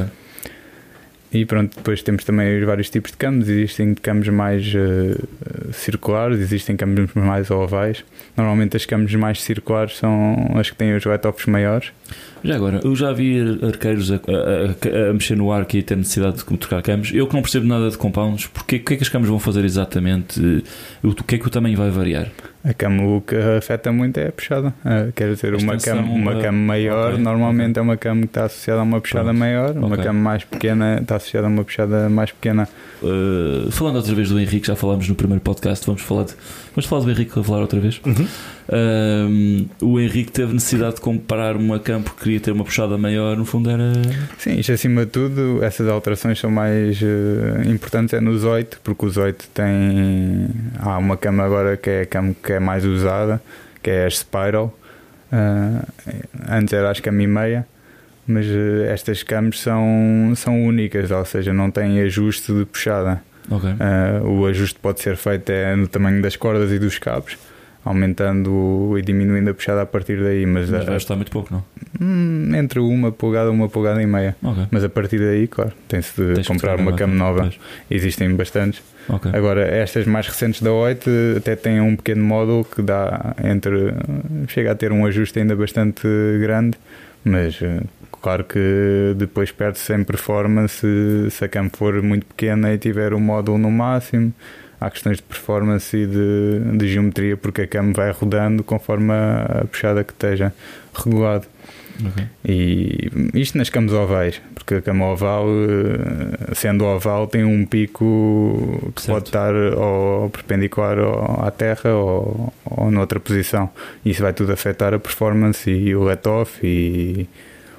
E pronto, depois temos também os vários tipos de camos. Existem camos mais uh, circulares, existem camos mais ovais. Normalmente as camos mais circulares são as que têm os let-offs maiores. Já agora, eu já vi arqueiros a, a, a, a mexer no arco e ter necessidade de trocar camos. Eu que não percebo nada de compounds, porque o que é que as camos vão fazer exatamente? O que é que o tamanho vai variar? A cama o que afeta muito é a puxada. Uh, quer dizer, uma cama, uma cama maior okay, normalmente okay. é uma cama que está associada a uma puxada Pronto. maior, uma okay. cama mais pequena está associada a uma puxada mais pequena. Uh, falando outra vez do Henrique, já falámos no primeiro podcast, vamos falar, de, vamos falar do Henrique a falar outra vez. Uhum. Uh, o Henrique teve necessidade de comprar uma cama porque queria ter uma puxada maior, no fundo era... Sim, isto acima de tudo, essas alterações são mais uh, importantes é nos oito, porque os oito têm... Há uma cama agora que é a cama que é mais usada, que é a Spiral. Uh, antes era acho que a Mi meia, mas uh, estas camas são, são únicas, ou seja, não têm ajuste de puxada. Okay. Uh, o ajuste pode ser feito é no tamanho das cordas e dos cabos, aumentando e diminuindo a puxada a partir daí. Mas, mas a, vai estar muito pouco, não? Hum, entre uma polegada e uma polegada e meia. Okay. Mas a partir daí, claro, tem-se de Tens comprar uma cama nova. Pois. Existem bastantes. Okay. Agora, estas mais recentes da oito até têm um pequeno módulo que dá entre. Chega a ter um ajuste ainda bastante grande, mas claro que depois perde-se em performance se a cama for muito pequena e tiver o módulo no máximo. Há questões de performance e de, de geometria, porque a cama vai rodando conforme a, a puxada que esteja regulado. Okay. E isto nas camas ovais, porque a cama oval, sendo oval, tem um pico que certo. pode estar ou perpendicular à terra ou, ou noutra posição. Isso vai tudo afetar a performance e o let-off e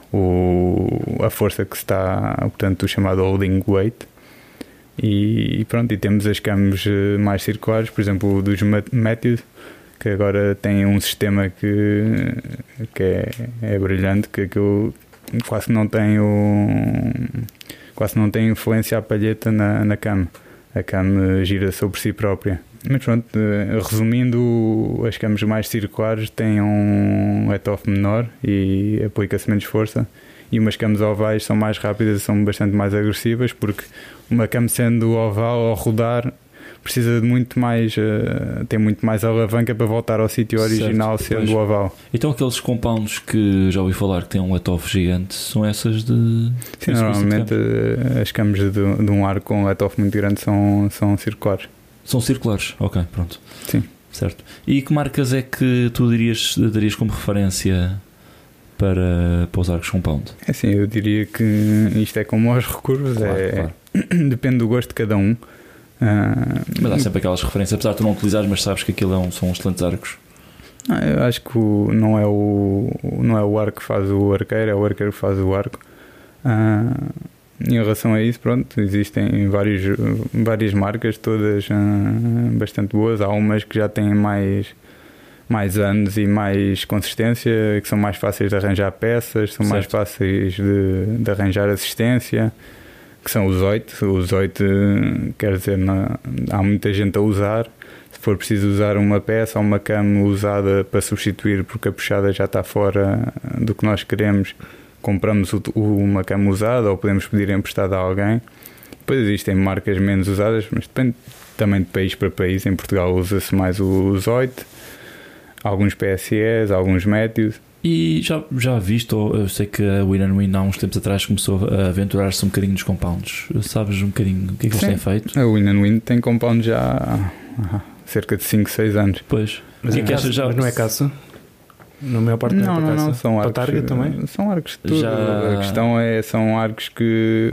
o, a força que se está, portanto, o chamado holding weight. E pronto, e temos as camas mais circulares, por exemplo, dos Matthews, que agora tem um sistema que, que é, é brilhante, que aquilo quase não tem o, quase não tem influência à palheta na, na cama. A cama gira sobre si própria. Mas pronto, resumindo, as camas mais circulares têm um let-off menor e aplica-se menos força. E umas camas ovais são mais rápidas e são bastante mais agressivas, porque uma cama sendo oval ao rodar precisa de muito mais, uh, tem muito mais alavanca para voltar ao sítio original, certo, sendo pois. oval. Então aqueles compounds que já ouvi falar que têm um let-off gigante são essas de... Sim, normalmente de as camas de, de um arco com um let-off muito grande são, são circulares. São circulares, ok, pronto. Sim. Certo. E que marcas é que tu dirias, darias como referência para, para os arcos compound? É assim, eu diria que isto é como aos recurvos, claro, é, claro. Depende do gosto de cada um. Uh, mas há sempre aquelas referências, apesar de tu não utilizares, mas sabes que aquilo é um, são excelentes arcos. Ah, eu acho que o, não, é o, não é o arco que faz o arqueiro, é o arqueiro que faz o arco. Uh, em relação a isso, pronto, existem vários, várias marcas, todas uh, bastante boas. Há umas que já têm mais, mais anos e mais consistência, que são mais fáceis de arranjar peças, são certo. mais fáceis de, de arranjar assistência, que são os oito. Os oito, quer dizer, não, há muita gente a usar. Se for preciso usar uma peça ou uma cama usada para substituir porque a puxada já está fora do que nós queremos, compramos o, uma cama usada ou podemos pedir emprestada a alguém. depois existem marcas menos usadas, mas depende também de país para país. Em Portugal usa-se mais os oito, alguns P S Es, alguns médios. E já, já viste, eu sei que a Win and Win há uns tempos atrás começou a aventurar-se um bocadinho nos compounds. Sabes um bocadinho o que é que eles têm feito? A Win and Win tem compound já há cerca de cinco, seis anos. Pois. Mas, que é que caça, já... mas não é caça? Na maior parte não, não, é não, não, são arcos. Targa também? São arcos de tudo. Já... A questão é, são arcos que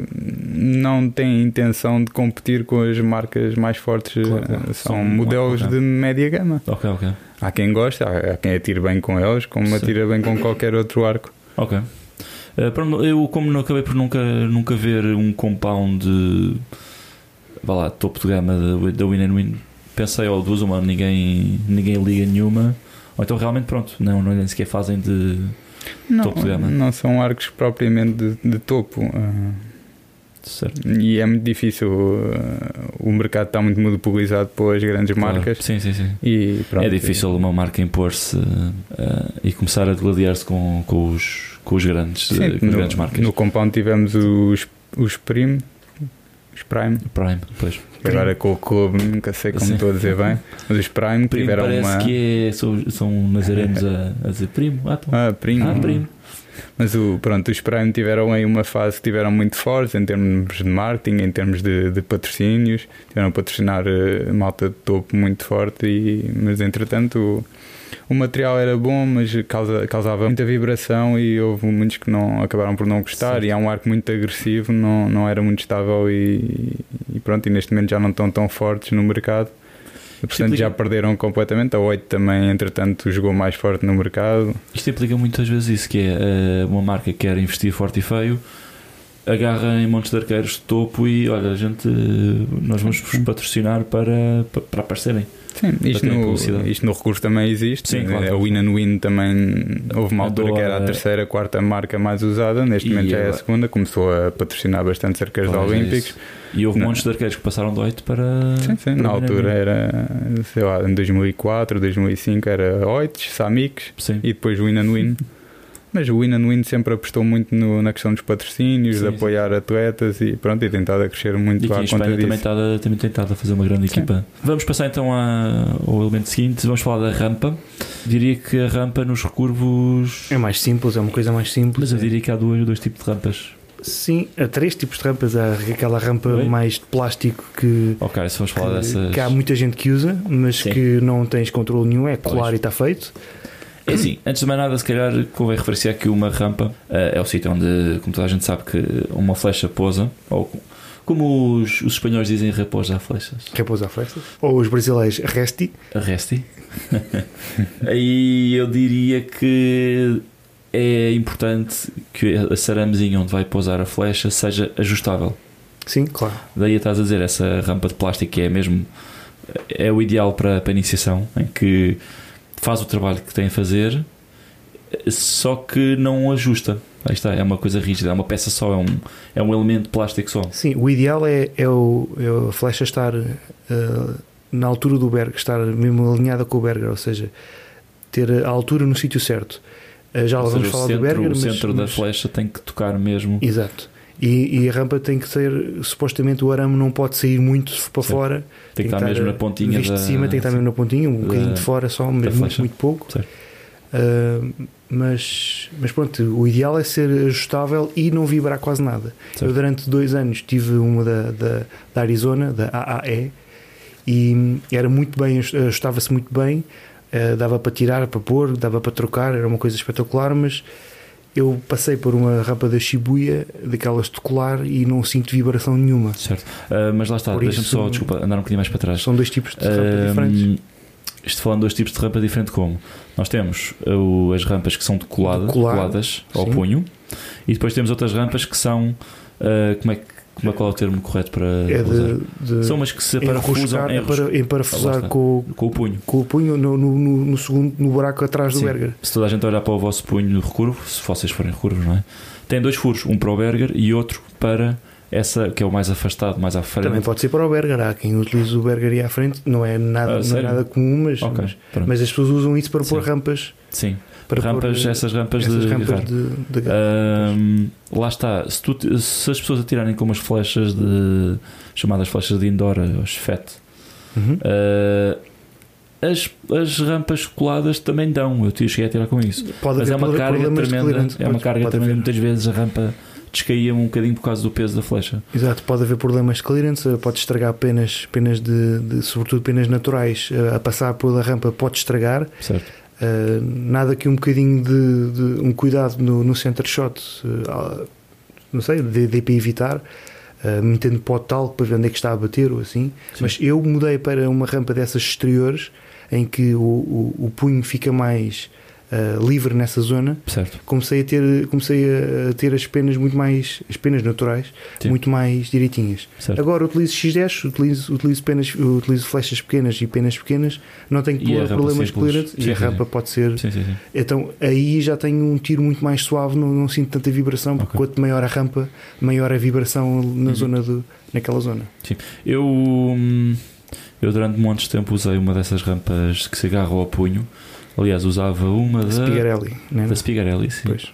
não têm intenção de competir com as marcas mais fortes. Claro, claro. São São modelos okay. de média gama. Ok, ok. Há quem gosta, há quem atire bem com eles, como Sim. atira bem com qualquer outro arco. Ok. Uh, eu, como não acabei por nunca, nunca ver um compound de, vá lá, topo de gama da Win and Win, pensei, ou duas, uma, ninguém, ninguém liga nenhuma. Ou então realmente pronto, não, não nem sequer fazem de não, topo de gama. Não são arcos propriamente de, de topo. Uh, certo. E é muito difícil. Uh, o mercado está muito monopolizado pelas grandes Claro. marcas. Sim, sim, sim. E pronto, é difícil uma marca impor-se uh, e começar a gladiar-se com, com, os, com os grandes, sim, uh, com no, as grandes marcas. No compound tivemos os, os Prime. Os Prime. Prime, pois. Agora com o clube, nunca sei como sim. estou a dizer bem, mas os Prime, Primo tiveram parece uma. que é, são, são nazarenos a, a dizer primo. Ah, então. ah primo. Ah, primo. Mas o, pronto, os Prime tiveram aí uma fase que tiveram muito fortes em termos de marketing, em termos de, de patrocínios, tiveram a patrocinar uh, malta de topo muito forte, e, mas entretanto o, o material era bom, mas causa, causava muita vibração e houve muitos que não, acabaram por não gostar. Sim. E há um arco muito agressivo, não, não era muito estável e, e pronto, e neste momento já não estão tão fortes no mercado. E, portanto implica... já perderam completamente. A oito também, entretanto, jogou mais forte no mercado. Isto implica muitas vezes isso, que é uh, uma marca que quer investir forte e feio, agarra em montes de arqueiros de topo e olha, a gente, nós vamos vos patrocinar para, para, para aparecerem. Sim, isto no, isto no recurso também existe. Sim, claro. A Win and Win também houve uma altura que era a terceira, a quarta marca mais usada, neste momento já é a segunda, começou a patrocinar bastante arqueiros pois olímpicos. É e houve montes de arqueiros que passaram de oito para. Sim, sim, para na altura era, sei lá, em dois mil e quatro, dois mil e cinco era oito, Samics e depois Win and Win. Mas o Win and Win sempre apostou muito no, na questão dos patrocínios, sim, de apoiar sim. atletas e pronto, e tentado a crescer muito e à aqui em conta Espanha disso. Também, tá, também tem estado a fazer uma grande sim. equipa. Vamos passar então a, ao elemento seguinte, vamos falar da rampa. Diria que a rampa nos recurvos é mais simples, é uma coisa mais simples. Mas eu diria que há dois, dois tipos de rampas. Sim, há três tipos de rampas. Há aquela rampa Oi? mais de plástico que, ok, se vamos falar que, dessas... que há muita gente que usa, mas sim. que não tens controle nenhum, é colar pois. e está feito. É assim, antes de mais nada, se calhar convém referenciar que uma rampa uh, é o sítio onde, como toda a gente sabe, que uma flecha pousa, ou como os, os espanhóis dizem, repousa a flechas. Repousa a flechas. Ou os brasileiros, resti. Resti. Aí eu diria que é importante que a ceramezinha onde vai pousar a flecha seja ajustável. Sim, claro. Daí estás a dizer, essa rampa de plástico que é mesmo é o ideal para, para a iniciação, em que faz o trabalho que tem a fazer, só que não ajusta. Aí está, é uma coisa rígida, é uma peça só, é um, é um elemento de plástico só. Sim, o ideal é, é, o, é a flecha estar uh, na altura do berger, estar mesmo alinhada com o berger, ou seja, ter a altura no sítio certo. Uh, já lá vamos falar centro, do berger, o mas, centro mas... da flecha tem que tocar mesmo. Exato. E, e a rampa tem que ser, supostamente o arame não pode sair muito para Sim. fora, tem, tem que estar mesmo na pontinha visto da... de cima, tem que estar mesmo na pontinha, um da... bocadinho de fora só, mas muito, muito pouco. Uh, mas, mas pronto, o ideal é ser ajustável e não vibrar quase nada. Certo. Eu durante dois anos tive uma da, da, da Arizona, da A A E, e era muito bem, ajustava-se muito bem, uh, dava para tirar, para pôr, dava para trocar, era uma coisa espetacular, mas eu passei por uma rampa da Shibuya, daquelas de colar, e não sinto vibração nenhuma. Certo, uh, mas lá está, deixa-me só, desculpa, andar um bocadinho mais para trás. São dois tipos de rampa uh, diferentes. Estou falando de dois tipos de rampa diferente como? Nós temos uh, as rampas que são de colada, de colar, coladas ao punho, e depois temos outras rampas que são, uh, como é que Como é qual é o termo correto para é de, de são umas que se parafusam em, para, em parafusar ah, com, com o punho, com o punho no, no, no segundo, no buraco atrás do Sim. berger. Se toda a gente olhar para o vosso punho recurvo, se vocês forem recurvos, não é? Tem dois furos, um para o berger e outro para essa que é o mais afastado, mais à frente. Também pode ser para o berger, há quem utiliza o berger e à frente, não é nada, ah, não é nada comum, mas, okay, mas, mas as pessoas usam isso para Sim. pôr rampas. Sim. para rampas, pôr, essas rampas essas de rampas agarrar. de, de agarrar. Um, lá está, se, tu, se as pessoas atirarem com umas flechas de chamadas flechas de indoor, os F E T, Uhum. uh, as, as rampas coladas também dão. Eu cheguei a tirar com isso. Pode Mas haver é uma proble- carga problemas de tremenda. clearance. É uma Pode- carga pode tremenda. haver. Muitas vezes a rampa descaía-me um bocadinho por causa do peso da flecha. Exato, pode haver problemas de clearance, pode estragar penas, penas de, de sobretudo penas naturais, a passar pela rampa pode estragar. Certo. Uh, nada que um bocadinho de, de um cuidado no, no center shot, uh, não sei, de, de para evitar, uh, metendo pó de talco para ver onde é que está a bater ou assim. Sim. Mas eu mudei para uma rampa dessas exteriores em que o, o, o punho fica mais uh, livre nessa zona. Certo. Comecei a ter, comecei a ter as penas muito mais, as penas naturais, Sim. muito mais direitinhas. Certo. Agora utilizo X dez, utilizo, utilizo, penas, utilizo flechas pequenas e penas pequenas, não tenho que E a pôr rampa problemas de simples. clearance Sim, e a sim, rampa sim. pode ser. Sim, sim, sim. Então aí já tenho um tiro muito mais suave, não, não sinto tanta vibração, porque Ok. quanto maior a rampa, maior a vibração na Uhum. zona do, naquela zona. Eu, hum, eu durante muitos tempo usei uma dessas rampas que se agarra ao punho. Aliás, usava uma da, Spigarelli, né? da Spigarelli, sim. Pois.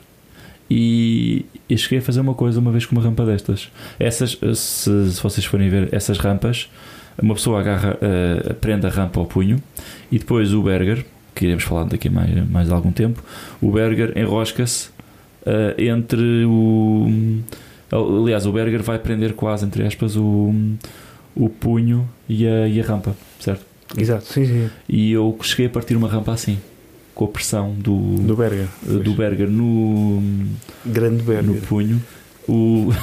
E, e cheguei a fazer uma coisa uma vez com uma rampa destas. Essas, se, se vocês forem ver essas rampas, uma pessoa agarra, uh, prende a rampa ao punho e depois o Berger, que iremos falar daqui a mais, mais algum tempo, o Berger enrosca-se uh, entre o. Aliás, o Berger vai prender quase, entre aspas, o, o punho e a, e a rampa, certo? Exato, sim, sim. E eu cheguei a partir uma rampa assim, com a pressão do, Do Berger. uh, do Berger no. Grande Berger. no punho. O,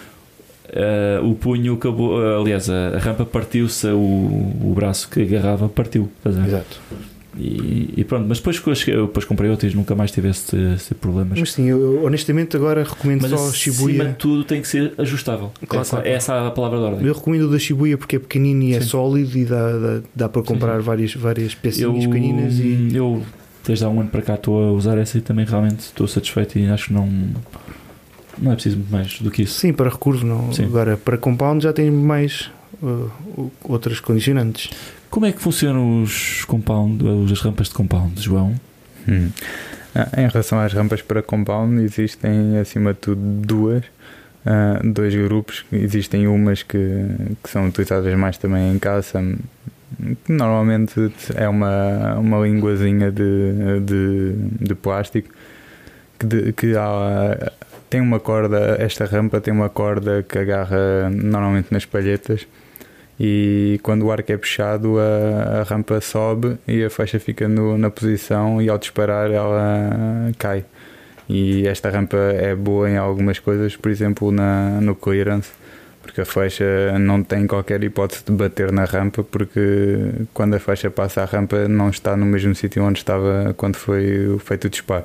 uh, o punho acabou. Uh, aliás, a, a rampa partiu-se, o, o braço que agarrava partiu. Estás a ver? Exato. E, e pronto, mas depois, que eu cheguei, eu depois comprei outro e nunca mais tive esse, esse problemas. Mas sim, eu honestamente agora recomendo Mas só o acima Shibuya. de tudo tem que ser ajustável. Claro, essa, claro. essa é a palavra de ordem. Eu recomendo o da Shibuya porque é pequenino e é Sim. sólido e dá, dá, dá para comprar Sim. várias, várias Eu, pecinhas pequeninas e eu desde há um ano para cá estou a usar essa e também realmente estou satisfeito e acho que não, não é preciso muito mais do que isso. sim, para recurso não. Sim. Agora para compound já tem mais uh, outras condicionantes. Como é que funcionam os compound, as rampas de compound, João? Hum. Ah, Em relação às rampas para compound, existem acima de tudo duas, ah, dois grupos. Existem umas que, que são utilizadas mais também em casa, que normalmente é uma, uma linguazinha de, de, de plástico que, de, que há, tem uma corda. Esta rampa tem uma corda que agarra normalmente nas palhetas. E quando o arco é puxado, a, a rampa sobe e a flecha fica no, na posição e ao disparar ela cai. E esta rampa é boa em algumas coisas, por exemplo na, no clearance, porque a flecha não tem qualquer hipótese de bater na rampa, porque quando a flecha passa a rampa não está no mesmo sítio onde estava quando foi feito o disparo.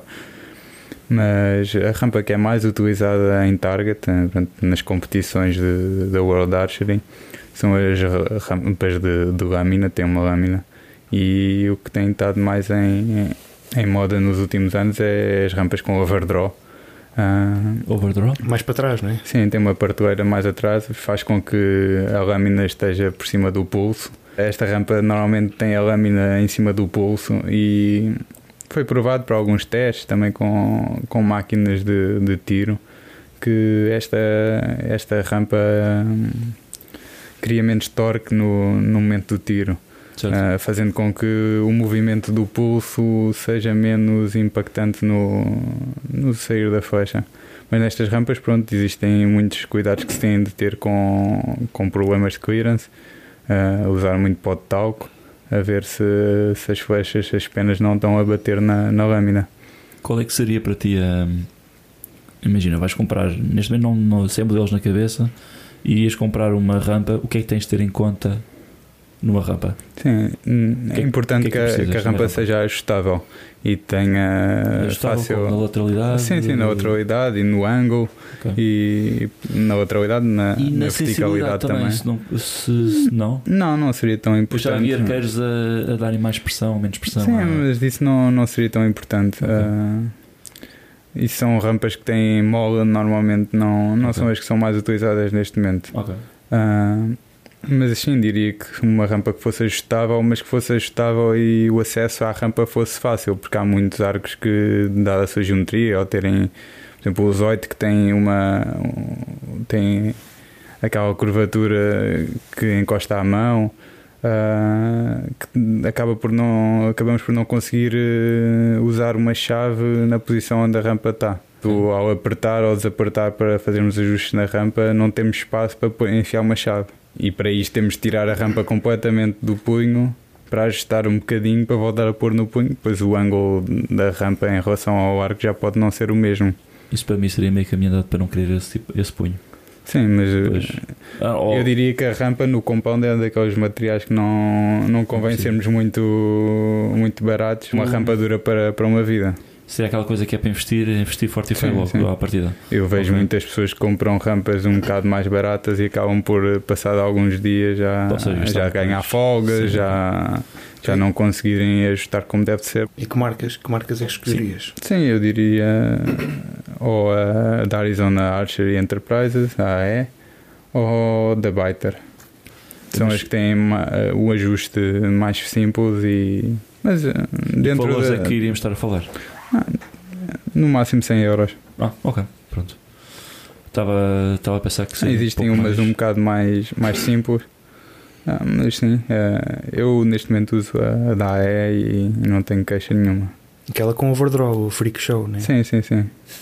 Mas a rampa que é mais utilizada em target, portanto, nas competições de, da World Archery, são as rampas de, de lâmina, tem uma lâmina, e o que tem estado mais em, em moda nos últimos anos é as rampas com overdraw. Uh, Overdraw? Mais para trás, não é? sim, tem uma prateleira mais atrás, faz com que a lâmina esteja por cima do pulso. Esta rampa normalmente tem a lâmina em cima do pulso e foi provado para alguns testes também com, com máquinas de, de tiro que esta, esta rampa hum, cria menos torque no, no momento do tiro, uh, fazendo com que o movimento do pulso seja menos impactante no, no sair da flecha. Mas nestas rampas, pronto, existem muitos cuidados que se têm de ter com, com problemas de clearance, uh, usar muito pó de talco, a ver se, se as flechas, as penas não estão a bater na, na lâmina. Qual é que seria para ti a... Imagina, vais comprar, neste momento não, não sei modelos na cabeça, e ias comprar uma rampa, o que é que tens de ter em conta numa rampa? Sim, é que, importante que, que, é que, que a rampa, rampa seja ajustável e tenha ajustável fácil... na lateralidade? Sim, sim, na lateralidade e no ângulo, okay. E na lateralidade na, e na, na verticalidade também. também. Se não, se, se não? não, não seria tão importante. Já havia arqueiros a, a darem mais pressão ou menos pressão? Sim, a... mas isso não, não seria tão importante. Okay. Uh, e são rampas que têm mola, normalmente não, não okay. são as que são mais utilizadas neste momento. Ok. Uh, Mas sim, diria que uma rampa que fosse ajustável, mas que fosse ajustável e o acesso à rampa fosse fácil, porque há muitos arcos que, dada a sua geometria, ou terem, por exemplo, o Zoid que tem uma tem aquela curvatura que encosta à mão, uh, que acaba por não, acabamos por não conseguir uh, usar uma chave na posição onde a rampa está. Tu, ao apertar ou desapertar para fazermos ajustes na rampa, não temos espaço para pôr, enfiar uma chave. E para isto temos de tirar a rampa completamente do punho para ajustar um bocadinho para voltar a pôr no punho. Depois o ângulo da rampa em relação ao arco já pode não ser o mesmo. Isso para mim seria meio caminhado para não querer esse, tipo, esse punho. Sim, mas ah, oh. eu diria que a rampa no compound é daqueles materiais que não, não convém Sim. sermos muito, muito baratos. Uma hum. rampa dura para, para uma vida. Se é aquela coisa que é para investir, investir forte e foi logo sim. à partida. Eu vejo okay. muitas pessoas que compram rampas um bocado mais baratas e acabam por, passado alguns dias, já, seja, já ganhar folga, sim. já, já não conseguirem ajustar como deve ser. E que marcas, que marcas é que escolherias? Sim, sim eu diria ou a da Arizona Archery Enterprises, a A E, ou da Biter. São as que têm o ajuste mais simples e... Mas dentro que valores da... é que iríamos estar a falar? Ah, no máximo cem euros. Ah, ok, pronto. Estava, estava a pensar que sim. Existem um umas mais... um bocado mais, mais simples. Ah, mas sim, eu neste momento uso a da A E e não tenho queixa nenhuma. Aquela com overdraw, o Freak Show, né? Sim, sim, sim.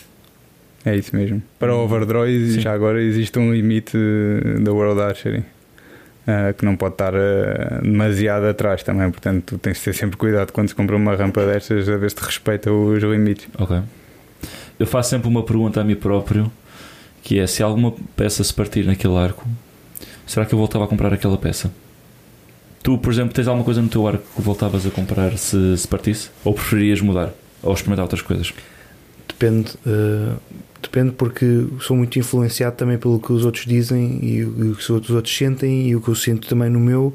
É isso mesmo. Para o overdraw, sim. já agora existe um limite da World Archery. Uh, que não pode estar uh, demasiado atrás também, portanto tu tens de ter sempre cuidado quando se compra uma rampa destas a ver se te respeita os limites. Ok. Eu faço sempre uma pergunta a mim próprio, que é: se alguma peça se partir naquele arco, será que eu voltava a comprar aquela peça? Tu, por exemplo, tens alguma coisa no teu arco que voltavas a comprar se, se partisse? Ou preferias mudar? Ou experimentar outras coisas? Depende, uh, depende porque sou muito influenciado também pelo que os outros dizem e o que os outros sentem e o que eu sinto também no meu.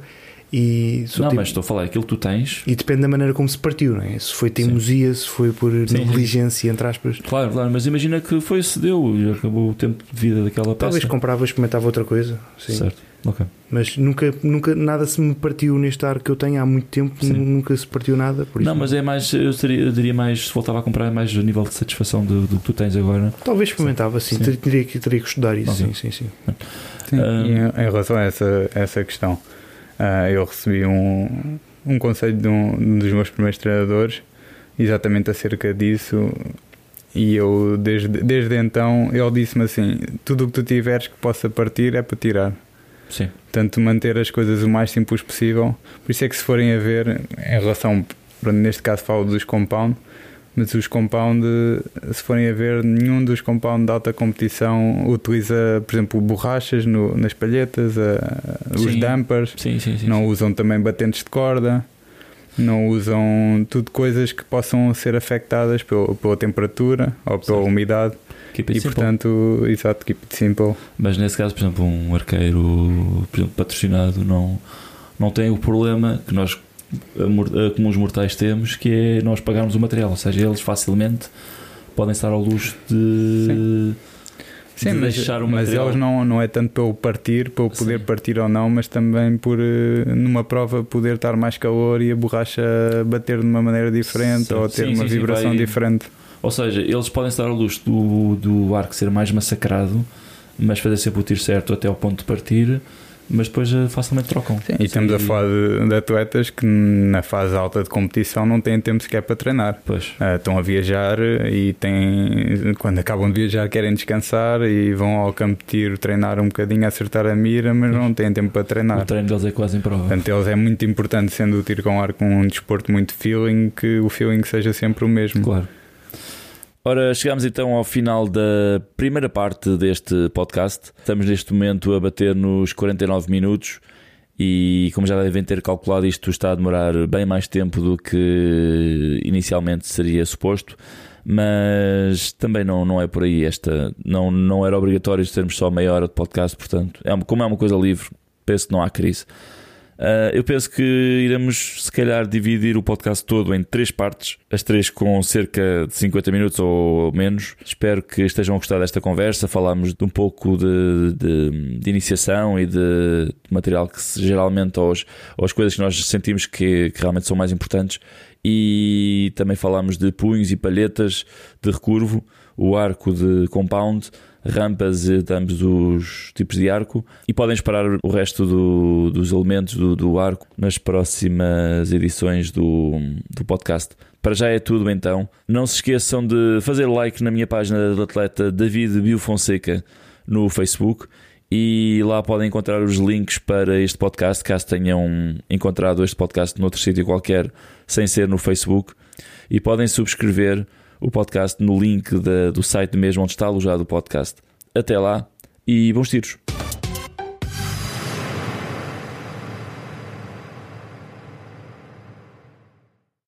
E não, tipo, mas estou a falar aquilo que tu tens. E depende da maneira como se partiu, não é? Se foi teimosia, se foi por sim. negligência, entre aspas. Claro, claro, mas imagina que foi, se deu e acabou o tempo de vida daquela peça. Talvez comprava e experimentava outra coisa. Sim. Certo, ok. Mas nunca, nunca nada se me partiu neste ar que eu tenho há muito tempo, sim. nunca se partiu nada. Por isso não, mas é mais, eu, seria, eu diria mais, se voltava a comprar, é mais a nível de satisfação do, do que tu tens agora. Talvez experimentava, sim, sim. Teria, que, teria que estudar isso, okay. sim, sim, sim. sim um, e em relação a essa, essa questão, uh, eu recebi um, um conselho de um, um dos meus primeiros treinadores, exatamente acerca disso. E eu, desde, desde então, ele disse-me assim: tudo o que tu tiveres que possa partir é para tirar. Sim. Portanto, manter as coisas o mais simples possível. Por isso é que, se forem a ver, em relação, neste caso falo dos compound, mas os compound, se forem a ver, nenhum dos compound de alta competição utiliza, por exemplo, borrachas no, nas palhetas, a, os sim. dampers, sim, sim, sim, não sim. usam também batentes de corda. Não usam tudo coisas que possam ser afetadas pela, pela temperatura ou pela certo. umidade. Keep it e simple. Portanto, exato, keep it simple. Mas nesse caso, por exemplo, um arqueiro, por exemplo, patrocinado não, não tem o problema que nós, como os mortais, temos, que é nós pagarmos o material. Ou seja, eles facilmente podem estar ao luxo de... Sim. Sim, de mas, deixar o mas material. eles não, não é tanto pelo partir, pelo poder sim. partir ou não, mas também por numa prova poder estar mais calor e a borracha bater de uma maneira diferente sim. ou ter sim, uma sim, vibração sim, vai... diferente. Ou seja, eles podem estar ao luxo do, do arco ser mais massacrado, mas fazer sempre o tiro certo até ao ponto de partir, mas depois facilmente trocam. Sim, e estamos e... a falar de, de atletas que na fase alta de competição não têm tempo sequer para treinar. Pois. Uh, estão a viajar e têm, quando acabam de viajar querem descansar e vão ao campo de tiro treinar um bocadinho, acertar a mira, mas pois. não têm tempo para treinar. O treino deles é quase em prova. Portanto, eles é muito importante, sendo o tiro com arco um desporto muito feeling, que o feeling seja sempre o mesmo. Claro. Ora, chegamos então ao final da primeira parte deste podcast. Estamos neste momento a bater nos quarenta e nove minutos e, como já devem ter calculado, isto está a demorar bem mais tempo do que inicialmente seria suposto, mas também não, não é por aí. Esta, não, não era obrigatório termos só meia hora de podcast, portanto, é uma, como é uma coisa livre, penso que não há crise. Uh, eu penso que iremos, se calhar, dividir o podcast todo em três partes, as três com cerca de cinquenta minutos ou menos. Espero que estejam a gostar desta conversa. Falámos de um pouco de, de, de iniciação e de, de material que se, geralmente, aos, às coisas que nós sentimos que, que realmente são mais importantes. E também falámos de punhos e palhetas de recurvo, o arco de compound, rampas de ambos os tipos de arco, e podem esperar o resto do, dos elementos do, do arco nas próximas edições do, do podcast. Para já é tudo então. Não se esqueçam de fazer like na minha página do atleta David Biofonseca no Facebook, e lá podem encontrar os links para este podcast, caso tenham encontrado este podcast noutro sítio qualquer sem ser no Facebook, e podem subscrever o podcast no link da, do site mesmo onde está alojado o podcast. Até lá e bons tiros!